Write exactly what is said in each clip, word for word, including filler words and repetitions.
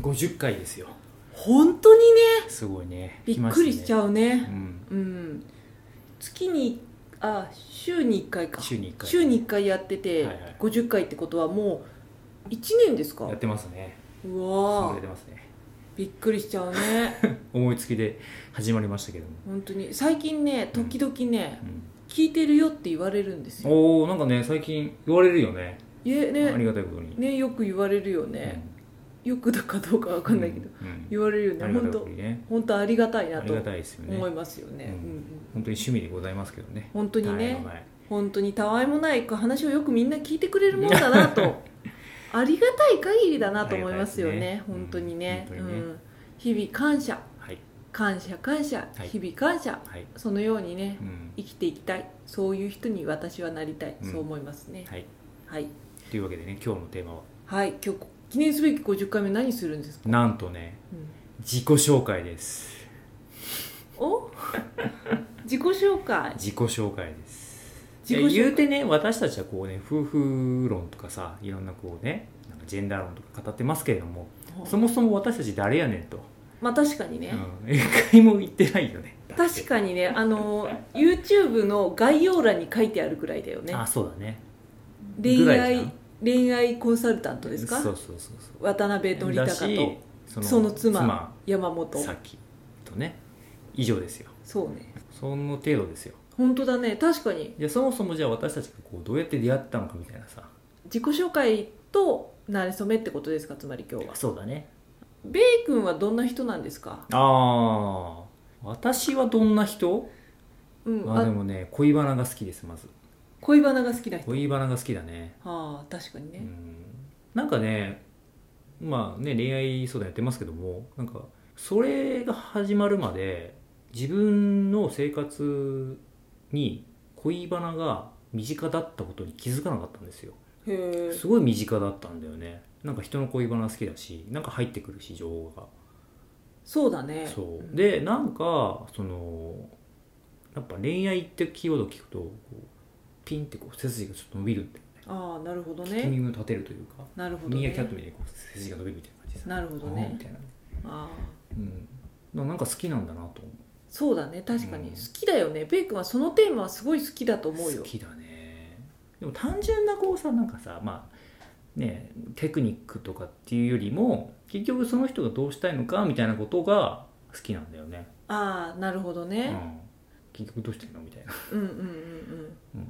ごじゅっかいですよ。 本当にね、 すごいね。 びっくりしちゃうね。 うん、 うん、月にあ週にいっかいか週にいっかい週にいっかいやってて、はいはい、ごじゅっかいってことはもういちねんですか。 やってますね。 うわー、 やってますね。 びっくりしちゃうね思いつきで始まりましたけども、 本当に最近ね時々ね、うんうん、聞いてるよって言われるんですよ。 おお、なんかね最近言われるよね。 いえね、 ありがたいことにね、よく言われるよね、うん、よくだかどうかわかんないけど、うんうん、言われるよね。本当本当ありがたいなと思いますよね。うんうん、 本当に趣味でございますけどね。 本当にね、本当にたわいもない話をよくみんな聞いてくれるもんだなとありがたい限りだなと思いますよね。ね、本当にね、うんね、うん、日々感謝、はい、感謝感謝、はい、日々感謝、はい、そのようにね、うん、生きていきたい、そういう人に私はなりたい、うん、そう思いますね。はい、はい、 というわけでね、今日のテーマは、 はい、今日記念すべきごじゅっかいめ何するんですか。 なんとね、うん、自己紹介です。 お自己紹介自己紹介です。言うてね、私たちはこうね、夫婦論とかさ、いろんなこうね、なんかジェンダー論とか語ってますけれども、そもそも私たち誰やねんと。 まあ確かにね、 うん、一回も言ってないよね。 確かにね、あの YouTube の概要欄に書いてあるくらいだよね。 あ、そうだね。 恋愛恋愛コンサルタントですか。 そうそうそうそう、 渡辺典孝とその、その妻、妻山本咲とね、以上ですよ。 そうね、 その程度ですよ。 本当だね、確かに。 いや、そもそもじゃあ私たちがこうどうやって出会ったのかみたいなさ、 自己紹介と馴れ初めってことですか、つまり今日は。 そうだね。 ベイ君はどんな人なんですか。 ああ、私はどんな人、うん、あ、でもね、恋バナが好きです。まず恋バナが好きな人。 恋バナが好きだね。 ああ、確かにね、うん、 なんかね、まあね、恋愛相談やってますけども、なんかそれが始まるまで自分の生活に恋バナが身近だったことに気づかなかったんですよ。へー、すごい身近だったんだよね。なんか人の恋バナ好きだし、なんか入ってくるし情報が。 そうだね。 そうで、なんかそのやっぱ恋愛ってキーワードを聞くとこうピンってこう背筋がちょっと伸びるんだよね。 ああ、なるほどね。 聞き耳を立てるというか、 なるほどね、 ミーアキャットみたいにこう背筋が伸びるみたいな感じです。 なるほどね、 みたいな。 ああ、 うん、なんか好きなんだなと思う。 そうだね、確かに好きだよね、うん、ベイ君はそのテーマはすごい好きだと思うよ。 好きだね。でも単純なこうさ、なんかさ、まあね、テクニックとかっていうよりも結局その人がどうしたいのかみたいなことが好きなんだよね。 ああ、なるほどね、うん、 結局どうしてるのみたいな。 うんうんうんうん、うん、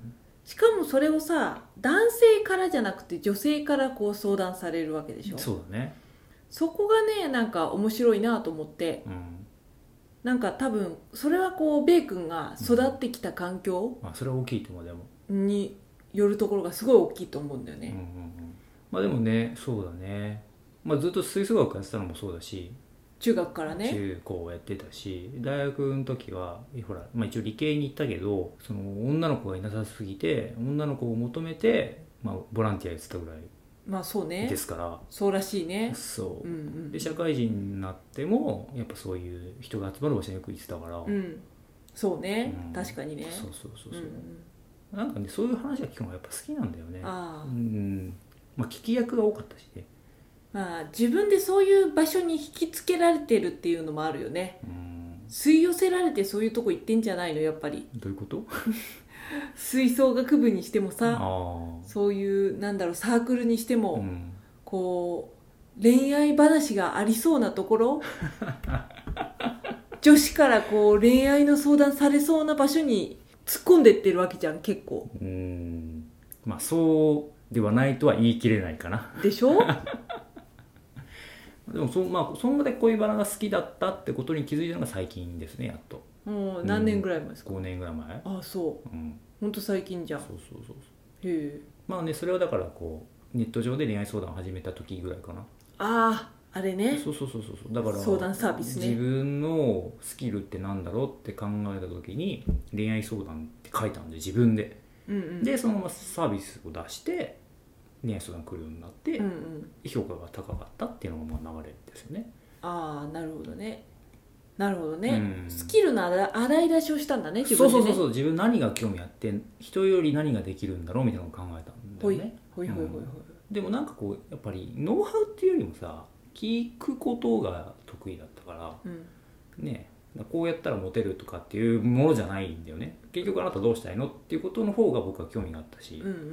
しかもそれをさ、男性からじゃなくて女性からこう相談されるわけでしょ。 そうだね。 そこがね、なんか面白いなと思って、うん、なんか多分それはこうベイ君が育ってきた環境、 うん、あ、それは大きいと思う。でもによるところがすごい大きいと思うんだよね。うんうんうん、 まあでもね、そうだね、まあ、ずっと吹奏楽やってたのもそうだし、 中学からね、 中高やってたし、大学の時はほら、まあ、一応理系に行ったけど、その女の子がいなさすぎて女の子を求めて、まあ、ボランティアやってたぐらい、 まあそうね、 ですから。 そうらしいね。 そう、うんうん、で社会人になってもやっぱそういう人が集まる場所によく行ってたから、 うん、そうね、うん、確かにね。 そうそうそうそう、うんうん、なんかね、そういう話が聞くのがやっぱ好きなんだよね。あ、うん、まあ聞き役が多かったしね。 まあ自分でそういう場所に引きつけられてるっていうのもあるよね。うん、吸い寄せられてそういうとこ行ってんじゃないの、やっぱり。 どういうこと吹奏楽部にしてもさ、そういうなんだろう、サークルにしても、うん、こう恋愛話がありそうなところ女子からこう恋愛の相談されそうな場所に突っ込んでってるわけじゃん、結構。 うーん、まあそうではないとは言い切れないかな。 でしょでもそ、まあ、そんなで恋バナが好きだったってことに気づいたのが最近ですね、やっと。 うん、何年ぐらい前ですか。 ごねんぐらい前。 ああ、そう、うん、ほんと最近じゃん。 そうそうそうそう。へえ。 まあね、それはだからこうネット上で恋愛相談を始めた時ぐらいかな。 ああ、あれね。 そうそうそうそう。だから相談サービスね。 自分のスキルってなんだろうって考えた時に恋愛相談って書いたんで、自分で、うんうん、でそのままサービスを出して恋愛相談来るようになって、うんうん、評価が高かったっていうのがまあ流れですよね。 ああ、なるほどね。なるほどね、うん、スキルの洗い出しをしたんだね、自分でね。 そうそうそうそう、自分何が興味あって人より何ができるんだろうみたいなのを考えたんだよね。 ほいほいほいほいほい、うん、 でもなんかこうやっぱりノウハウっていうよりもさ、 聞くことが得意だったから、うん、ねこうやったらモテるとかっていうものじゃないんだよね。結局あなたどうしたいのっていうことの方が僕は興味があったし、うんうんうん、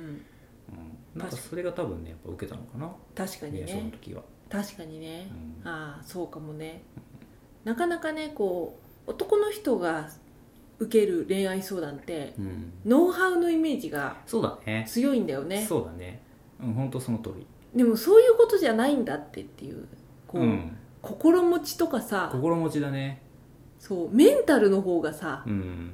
なんかそれが多分ねやっぱ受けたのかな。 確かにね、 その時は確かにね、うん、ああそうかもね、うん、なかなかねこう男の人が受ける恋愛相談って、うん、ノウハウのイメージが強いんだよね。 そうだね、うん、本当その通り。 でもそういうことじゃないんだってっていうこう、うん、心持ちとかさ、 心持ちだね。 そうメンタルの方がさ、うん、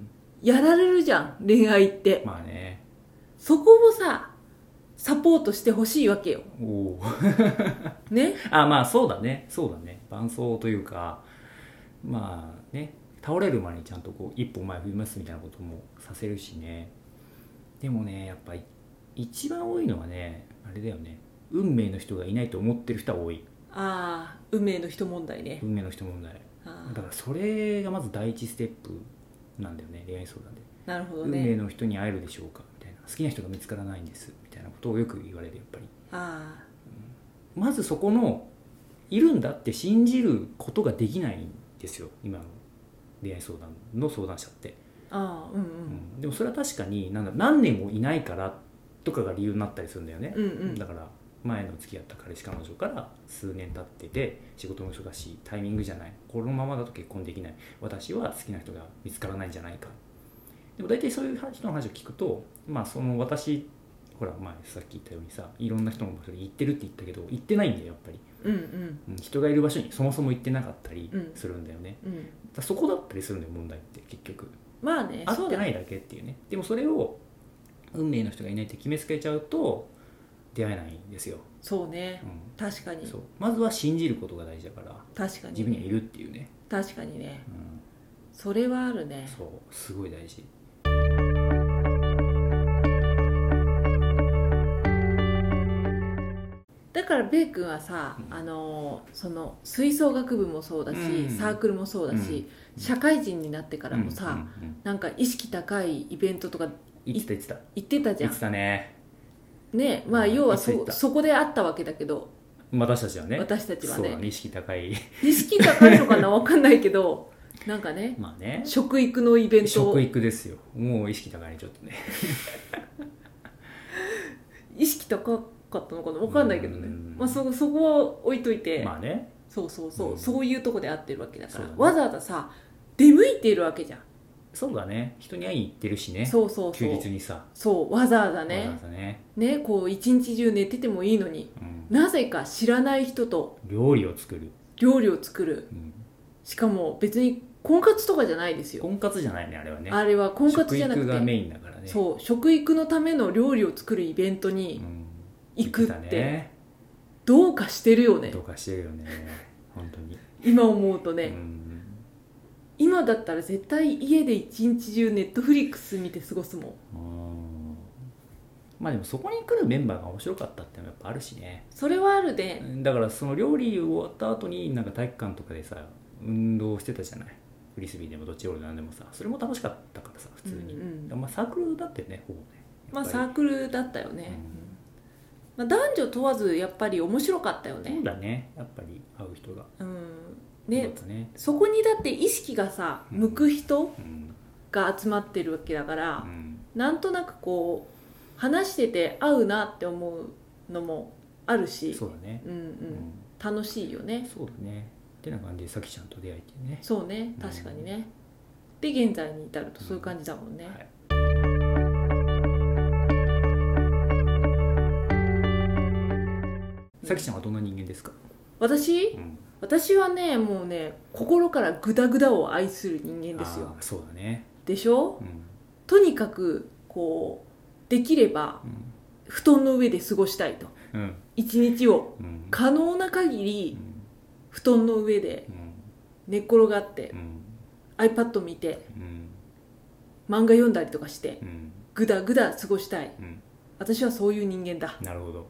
やられるじゃん恋愛って。 まあね、 そこをさサポートしてほしいわけよ。おねあまあそうだねそうだね伴奏というかまあね倒れる前にちゃんとこう一歩前踏みますみたいなこともさせるしね。でもねやっぱり一番多いのはねあれだよね、運命の人がいないと思ってる人は多い。 ああ運命の人問題ね。 運命の人問題だからそれがまず第一ステップなんだよね恋愛相談で。 なるほどね。 運命の人に会えるでしょうかみたいな、好きな人が見つからないんですみたいなことをよく言われる。やっぱりあ、うん、まずそこのいるんだって信じることができないんですよ今の恋愛相談の相談者って。あ、うんうんうん、でもそれは確かになんだ何年もいないからとかが理由になったりするんだよね、うんうん、だから前の付き合った彼氏彼女から数年経ってて仕事も忙しいタイミングじゃない、このままだと結婚できない、私は好きな人が見つからないんじゃないか。でも大体そういう人の話を聞くと、まあその私ほら前さっき言ったようにさいろんな人の場所に行ってるって言ったけど行ってないんだよやっぱり、うんうん、人がいる場所にそもそも行ってなかったりするんだよね、うんうん、だそこだったりするんだよ問題って結局。 まあね会ってないだけっていうね。でもそれを運命の人がいないって決めつけちゃうと出会えないんですよ。 そうね、うん、確かに。 そうまずは信じることが大事だから。 確かに、 自分にはいるっていうね。 確かにね、うん、それはあるね。 そうすごい大事。 だからベイ君はさ、うん、あのその吹奏楽部もそうだし、うん、サークルもそうだし、うん、社会人になってからもさ、うんうんうん、なんか意識高いイベントとか言ってた言ってた言ってたじゃん。 言ってたね。 ね、まあ要は そ, そこであったわけだけど、 私たちはね私たちはねそうだね、意識高い意識高いのかな分かんないけどなんかね、 まあね、 食育のイベント。 食育ですよ、もう意識高いねちょっとね意識高かったのかな分かんないけどね、まあ、そ, そこは置いといて、 まあね、 そうそうそう、うん、そういうとこで会ってるわけだから、ね、わざわざさ出向いているわけじゃん。 そうだね、人に会いに行ってるしね。 そうそうそう、 休日にさ、 そうわざわざね、 わざわざね、 ね、こう一日中寝ててもいいのに、うん、なぜか知らない人と料理を作る料理を作る、うん、しかも別に婚活とかじゃないですよ。 婚活じゃないねあれはね。 あれは婚活じゃなくて食育がメインだからね。 そう食育のための料理を作るイベントに行くって、うんね、どうかしてるよね。 どうかしてるよね本当に今思うとね、うん、今だったら絶対家で一日中ネットフリックス見て過ごすもん。 うんまあでもそこに来るメンバーが面白かったってのはやっぱあるしね。 それはあるで。 だからその料理終わった後になんか体育館とかでさ運動してたじゃない。フリスビーでもドッジボールなんでもさ、それも楽しかったからさ普通に、うんうん、まあサークルだってねほぼね。 まあサークルだったよね、うんまあ、男女問わずやっぱり面白かったよね。 そうだね、やっぱり会う人が、 うんね、ね、そこにだって意識がさ向く人が集まってるわけだから、うん、なんとなくこう話してて合うなって思うのもあるし、 そうだね、 うんうん、うん、楽しいよね。 そうだねってな感じでさきちゃんと出会えてね。 そうね、確かにね、うん、で現在に至るとそういう感じだもんね、うんはい。 さきちゃんはどんな人間ですか？ 私、うん、私はねもうね心からグダグダを愛する人間ですよ。 あ、そうだね。 でしょ、うん、とにかくこうできれば、うん、布団の上で過ごしたいと、うん、一日を、うん、可能な限り、うん、布団の上で寝っ転がって、うん、iPad 見て、うん、漫画読んだりとかして、うん、グダグダ過ごしたい、うん、私はそういう人間だ。 なるほど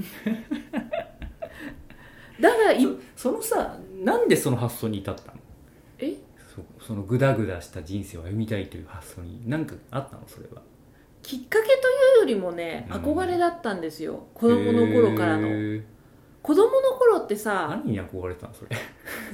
だからいそ, そのさなんでその発想に至ったの？ えそ, そのグダグダした人生を歩みたいという発想に何かあったの？それはきっかけというよりもね、うん、憧れだったんですよ、子供の頃からの。子供の頃ってさ、 何に憧れてたのそれ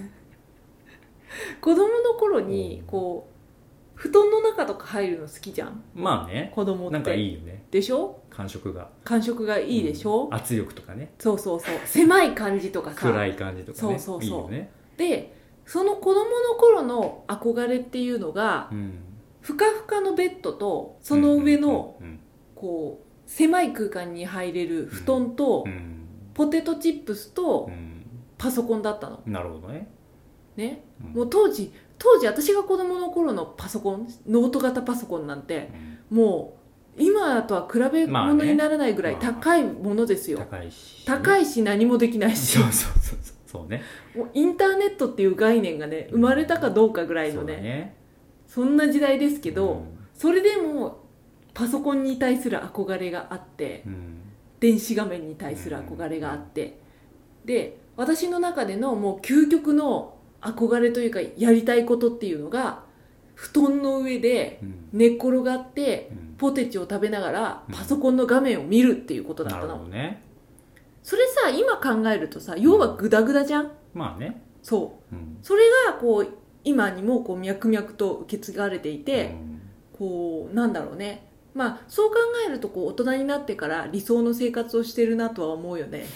子供の頃にこう布団の中とか入るの好きじゃん。 まあね、 子供ってなんかいいよね。 でしょ。 感触が感触がいいでしょ、 うん、圧力とかね。 そうそうそう、狭い感じとかさ、 暗い感じとかね。 そうそうそう、 いいよね。 でその子供の頃の憧れっていうのが、うん、ふかふかのベッドとその上のこう狭い空間に入れる布団と、うんうん、ポテトチップスとパソコンだったの。 なるほどね。 ね、うん、もう当時当時私が子供の頃のパソコン、ノート型パソコンなんて、うん、もう今とは比べ物にならないぐらい高いものですよ、まあね、高いし、ね、高いし何もできないし、 そうそうそうそうね、 もうインターネットっていう概念がね生まれたかどうかぐらいの ね, ねそんな時代ですけど、うん、それでもパソコンに対する憧れがあって、うん、電子画面に対する憧れがあって、うん、で私の中でのもう究極の憧れというかやりたいことっていうのが布団の上で寝っ転がってポテチを食べながらパソコンの画面を見るっていうことだったの、うん、なるほどね。それさ今考えるとさ要はグダグダじゃん。 まあね。 そう、うん、それがこう今にもこう脈々と受け継がれていて、うん、こうなんだろうね、まあそう考えるとこう大人になってから理想の生活をしてるなとは思うよね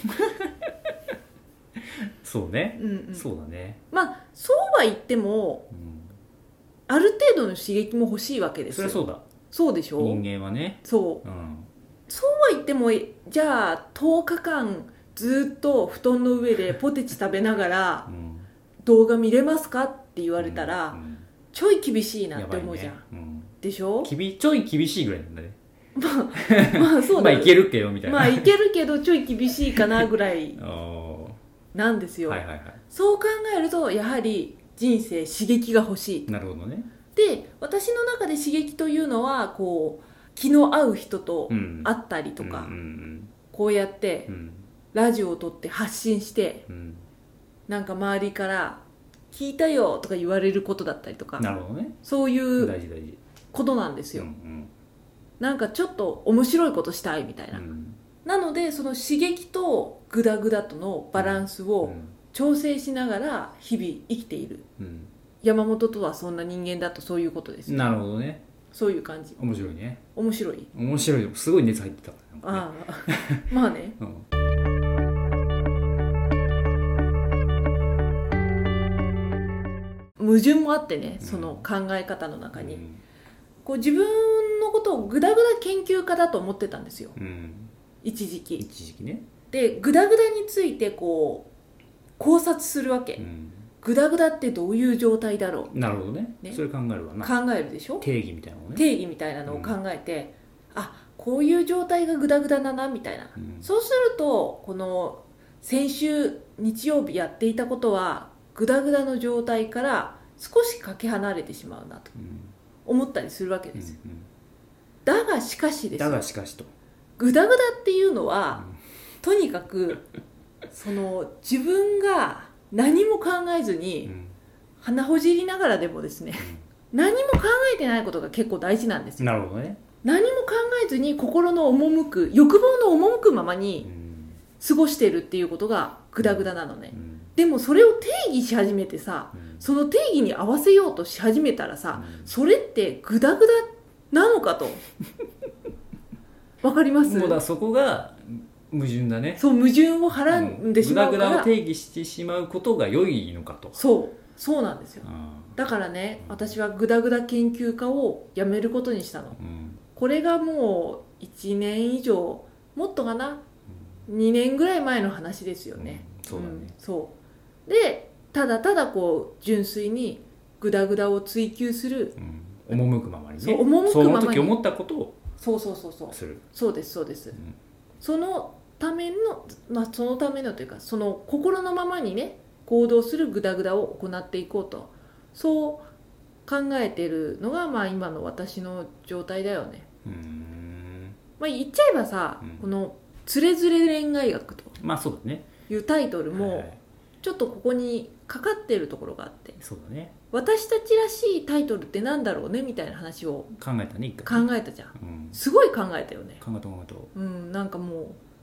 そうね、 うんうん、 そうだね。 まあそうは言っても、うん、ある程度の刺激も欲しいわけですよ。 そりゃそうだ。 そうでしょ。 人間はね。 そう、うん、そうは言ってもじゃあとおかかんずっと布団の上でポテチ食べながら動画見れますかって言われたら、うんうん、ちょい厳しいなって思うじゃん、ね、うん、でしょ。 きびちょい厳しいぐらいなんだね。 まあまあそうだまあいけるけどみたいな。 まあいけるけどちょい厳しいかなぐらいなんですよ、はいはいはい、そう考えるとやはり人生刺激が欲しい。 なるほどね。 で私の中で刺激というのはこう気の合う人と会ったりとか、うんうんうん、こうやってラジオを撮って発信して、うん、なんか周りから聞いたよとか言われることだったりとか、 なるほどね、 そういうことなんですよ、うんうん、なんかちょっと面白いことしたいみたいな、うん、なのでその刺激とグダグダとのバランスを調整しながら日々生きている、うん、山本とはそんな人間だとそういうことです。 なるほどね。 そういう感じ。 面白いね。 面白い面白い。すごい熱入ってた、ね、 ああまあね、うん、矛盾もあってね、その考え方の中に、うん、こう自分のことをグダグダ研究家だと思ってたんですよ、うん、一時期一時期ね。 でグダグダについてこう考察するわけ、うん、グダグダってどういう状態だろう。 なるほど ね, ねそれ考えるわな。 考えるでしょ。 定義みたいなのね。 定義みたいなのを考えて、うん、あこういう状態がグダグダだなみたいな、うん、そうするとこの先週日曜日やっていたことはグダグダの状態から少しかけ離れてしまうなと思ったりするわけですよ、うんうん、だがしかしですよ。 だがしかしとグダグダっていうのは、うん、とにかくその自分が何も考えずに、うん、鼻ほじりながらでもですね、うん、何も考えてないことが結構大事なんですよ。 なるほどね。 何も考えずに心の赴く欲望の赴くままに過ごしてるっていうことがグダグダなのね、うん、でもそれを定義し始めてさ、うん、その定義に合わせようとし始めたらさ、うん、それってグダグダなのかとわかります？ もうだそこが矛盾だね。 そう矛盾をはらんでしまうから、 グダグダを定義してしまうことが良いのかと。 そうそうなんですよ。だからね、私はグダグダ研究家を辞めることにしたの、うん、これがもういちねん以上もっとかな、うん、にねんぐらい前の話ですよね、 うん、そうだね、うん、 そうでただただこう純粋にグダグダを追求する、 うん、赴くままにね。 そう赴くままにその時思ったことをそうそうそうそうする。 そうですそうです、うん、そのための、まあ、そのためのというかその心のままにね行動するグダグダを行っていこうとそう考えてるのが、まあ、今の私の状態だよね。うーん、まあ、言っちゃえばさ、うん、この「つれづれ恋愛学」というタイトルもちょっとここにかかってるところがあって、 そうだね、 私たちらしいタイトルってなんだろうねみたいな話を考えたね。一回考えたじゃん、うん、すごい考えたよね。 考えた考えた、 うん、なんかもう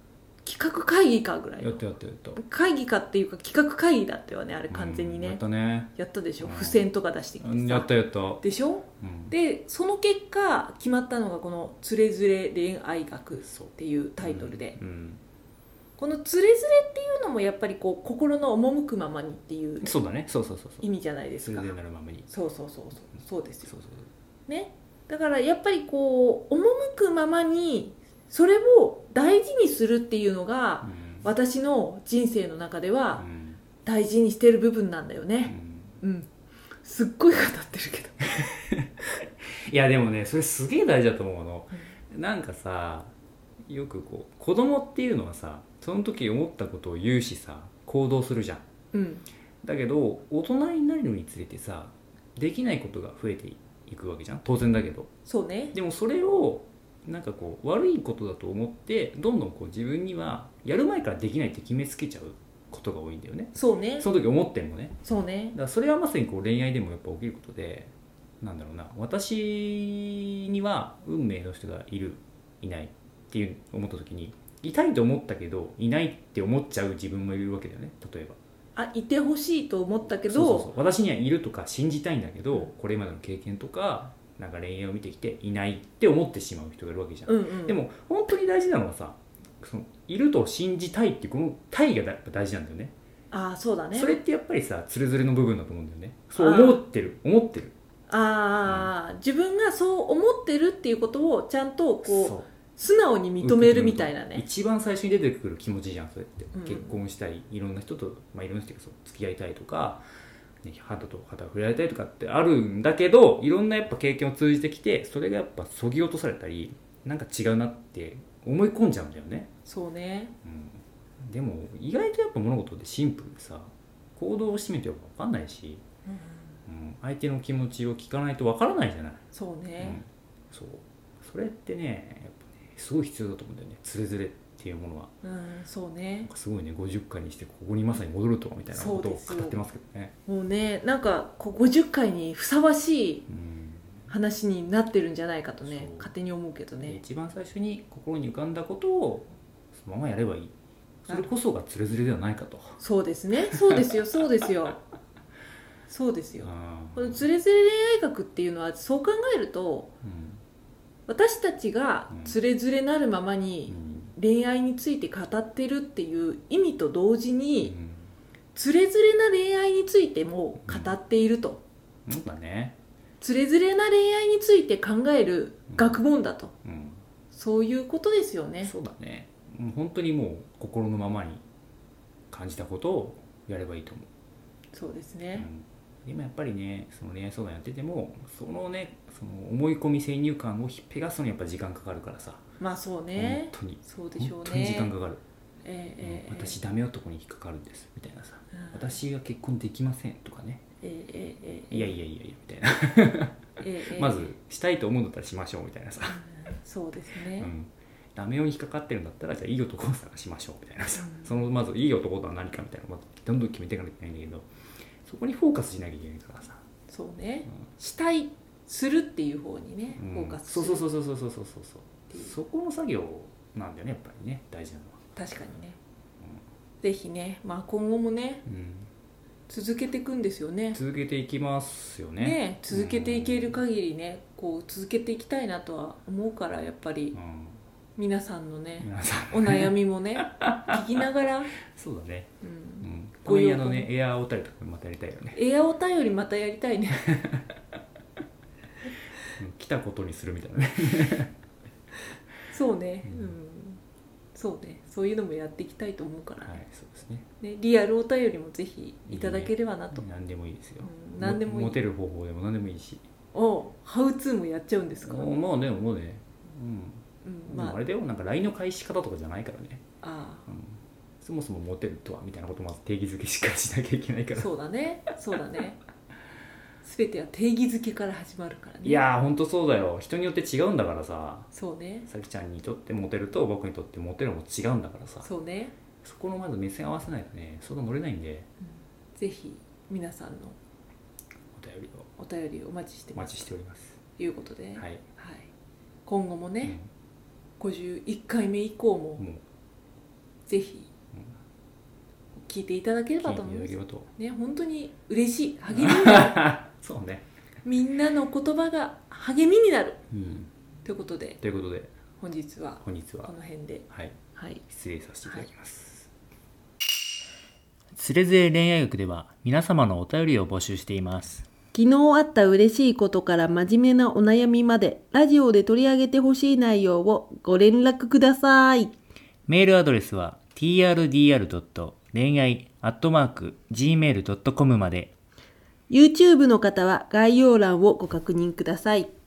企画会議かぐらいのやったやったやった会議かっていうか企画会議だったよねあれ完全にね、 うん、やったねやったでしょ、 うん、 付箋とか出してきてさ、 やったやったでしょ、うん、でその結果決まったのがこのつれづれ恋愛学っていうタイトルで、うんうん、このつれづれっていうのもやっぱりこう心の赴くままにっていうそうだねそうそうそうそう意味じゃないですか。 つれづれなるままにそうそうそうそうそうですよそうそうね。だからやっぱりこう赴くままにそれを大事にするっていうのが、うん私の人生の中では大事にしてる部分なんだよね、うん、うん、すっごい語ってるけどいやでもねそれすげえ大事だと思うの、うん、なんかさよくこう子供っていうのはさその時思ったことを言うしさ行動するじゃん、うん、だけど大人になるにつれてさできないことが増えていくわけじゃん当然だけどそうね。 でもそれをなんかこう悪いことだと思ってどんどんこう自分にはやる前からできないって決めつけちゃうことが多いんだよね。 そうね。 その時思ってもね。 そうね。 だからそれはまさにこう恋愛でもやっぱ起きることでなんだろうな私には運命の人がいるいないっていう思った時にいたいと思ったけどいないって思っちゃう自分もいるわけだよね。例えばあいてほしいと思ったけどそうそうそう私にはいるとか信じたいんだけどこれまでの経験とかなんか恋愛を見てきていないって思ってしまう人がいるわけじゃん、うんうん、でも本当に大事なのはさそのいると信じたいっていうこのたいがやっぱ大事なんだよね。 ああそうだね。 それってやっぱりさつれづれの部分だと思うんだよね。そう思ってる思ってるああ、うん、自分がそう思ってるっていうことをちゃんとこう素直に認めるみたいなね。 一番最初に出てくる気持ちじゃんそれって、うん、結婚したいいろんな人と、まあ、いろんな人と付き合いたいとかね、肌と肌を触れられたいとかってあるんだけどいろんなやっぱ経験を通じてきてそれがやっぱそぎ落とされたりなんか違うなって思い込んじゃうんだよね。 そうね、 うん、でも意外とやっぱ物事ってシンプルでさ行動をしてみても分かんないし、うんうん、相手の気持ちを聞かないと分からないじゃない。 そうね、 うん、そうそれってねやっぱねすごい必要だと思うんだよねつれづれっていうものは。 うんそうね。 なんかすごいねごじゅっかいにしてここにまさに戻るとはみたいなことを語ってますけどね。 もうねなんかこうごじゅっかいにふさわしい話になってるんじゃないかとね、うん、勝手に思うけどね。 一番最初に心に浮かんだことをそのままやればいい。それこそがつれづれではないかと。 そうですねそうですよそうですよそうですよ。このつれづれ恋愛学っていうのはそう考えると、うん、私たちがつれづれなるままに、うん恋愛について語ってるっていう意味と同時に、うん、つれづれな恋愛についても語っていると、 うん、そうだね。 つれづれな恋愛について考える学問だと、うん、そういうことですよね。 そうだね。もう本当にもう心のままに感じたことをやればいいと思う。 そうですね、 うん、でもやっぱりねその恋愛相談やっててもそのねその思い込み先入観をひっぺがすのにやっぱ時間かかるからさ。 まあそうね本当にそうでしょうね。 本当に時間かかる、 えーえー、 私ダメ男に引っかかるんですみたいなさ、うん、私は結婚できませんとかね、えーえー、いやいやいやいやみたいなえー、まずしたいと思うんだったらしましょうみたいなさ、 うん、そうですね、うん、 ダメ男に引っかかってるんだったらじゃあいい男を探しましょうみたいなさ、うん、そのまずいい男とは何かみたいなのをどんどん決めていかなきゃいけないんだけどそこにフォーカスしなきゃいけないからさ。 そうね、うん、したいするっていう方にね、うん、フォーカスする。 そうそうそうそうそうそうそうそこの作業なんだよねやっぱりね大事なのは。 確かにね、うん、ぜひね、まあ、今後もね、うん、続けていくんですよね。 続けていきますよね。 ね続けていける限りねこう続けていきたいなとは思うからやっぱり、うん、皆さんのねお悩みもね聞きながらそうだね、うんうん、今夜のねエアーお便りとかまたやりたいよね。 エアーお便りまたやりたいね来たことにするみたいなねそうね、うん、そうねそういうのもやっていきたいと思うからね、 はい、そうですね。 ねリアルお便りもぜひいただければなと。 いいね、何でもいいですよ、 うん、何でもいい。 モテる方法でも何でもいいし。 おハウツーもやっちゃうんですか。 まあねもうね、うんうんまあ、あれだよなんか ライン の返し方とかじゃないからね。あ、うん、そもそもモテるとはみたいなことをまず定義づけしっかりしなきゃいけないから。 そうだねそうだね全ては定義づけから始まるからね。 いやーほんとそうだよ。人によって違うんだからさ。 そうね。 さきちゃんにとってモテると僕にとってモテるも違うんだからさ。 そうね。 そこのまず目線合わせないとね相談乗れないんで、 うん、ぜひ皆さんのお便りをお便りをお待ちしてます。 お待ちしております。 ということで、はいはい、 今後もね、うん、ごじゅういっかいめ以降も、 もうぜひ聞いていただければと思います。ね、本当に嬉しい励みになるそうね、 みんなの言葉が励みになる、 うん、 ということでということで本日は本日はこの辺で、 はいはい、 失礼させていただきます。つれづれ恋愛学では皆様のお便りを募集しています。 昨日あった嬉しいことから真面目なお悩みまで、ラジオで取り上げてほしい内容をご連絡ください。 メールアドレスは ティーアールディーアールドットれんあいアットマークジーメールドットコム まで。 YouTube の方は概要欄をご確認ください。